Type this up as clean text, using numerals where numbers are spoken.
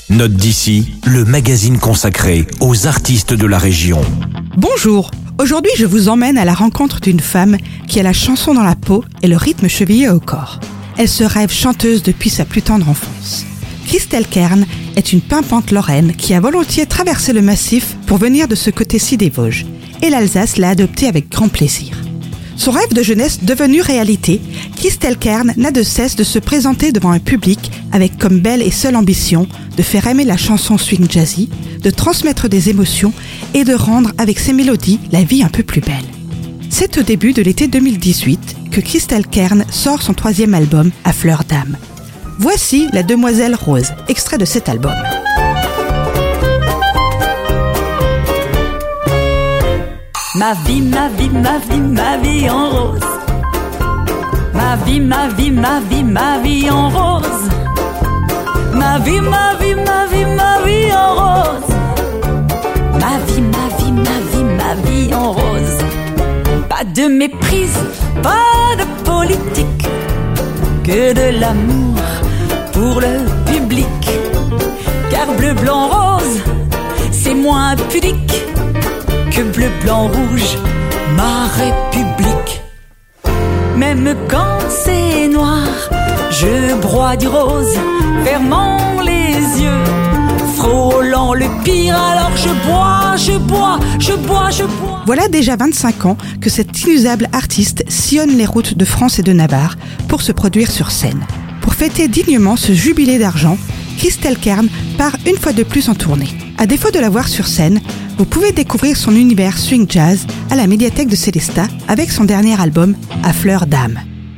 Note d'ici, le magazine consacré aux artistes de la région. Bonjour, aujourd'hui je vous emmène à la rencontre d'une femme qui a la chanson dans la peau et le rythme chevillé au corps. Elle se rêve chanteuse depuis sa plus tendre enfance. Christelle Kern est une pimpante lorraine qui a volontiers traversé le massif pour venir de ce côté-ci des Vosges. Et l'Alsace l'a adoptée avec grand plaisir. Son rêve de jeunesse devenu réalité, Christelle Kern n'a de cesse de se présenter devant un public avec comme belle et seule ambition de faire aimer la chanson swing jazzy, de transmettre des émotions et de rendre avec ses mélodies la vie un peu plus belle. C'est au début de l'été 2018 que Christelle Kern sort son 3e album, À fleur d'âme. Voici La Demoiselle Rose, extrait de cet album. Ma vie, ma vie, ma vie, ma vie en rose. Ma vie, ma vie, ma vie, ma vie en rose. Ma vie, ma vie, ma vie, ma vie en rose. Ma vie, ma vie, ma vie, ma vie en rose. Pas de méprise, pas de politique, que de l'amour pour le public. Car bleu, blanc, rose, c'est moins pudique que bleu, blanc, rouge, ma république. Même quand c'est noir, je broie du rose, fermant les yeux, frôlant le pire, alors je bois, je bois, je bois, je bois. Voilà déjà 25 ans que cette inusable artiste sillonne les routes de France et de Navarre pour se produire sur scène. Pour fêter dignement ce jubilé d'argent, Christelle Kern part une fois de plus en tournée. À défaut de la voir sur scène, vous pouvez découvrir son univers swing jazz à la médiathèque de Célestat avec son dernier album, À fleur d'âme.